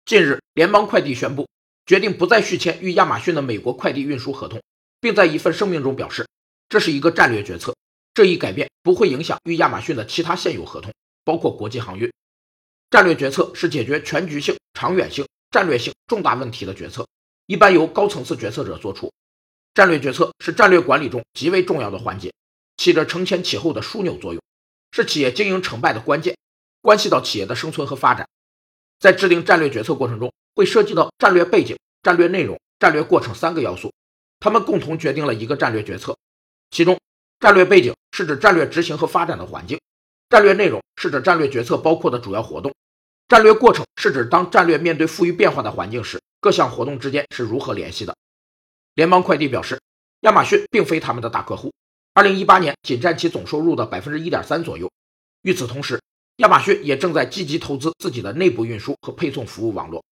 近日，联邦快递宣布决定不再续签与亚马逊的美国快递运输合同，并在一份声明中表示，这是一个战略决策，这一改变不会影响与亚马逊的其他现有合同，包括国际航运。战略决策是解决全局性、长远性、战略性重大问题的决策，一般由高层次决策者做出。战略决策是战略管理中极为重要的环节，起着承前启后的枢纽作用，是企业经营成败的关键，关系到企业的生存和发展。在制定战略决策过程中，会涉及到战略背景、战略内容、战略过程3个要素，它们共同决定了一个战略决策。其中，战略背景是指战略执行和发展的环境，战略内容是指战略决策包括的主要活动，战略过程是指当战略面对富于变化的环境时，各项活动之间是如何联系的。联邦快递表示，亚马逊并非他们的大客户，2018年仅占其总收入的 1.3% 左右。与此同时，亚马逊也正在积极投资自己的内部运输和配送服务网络，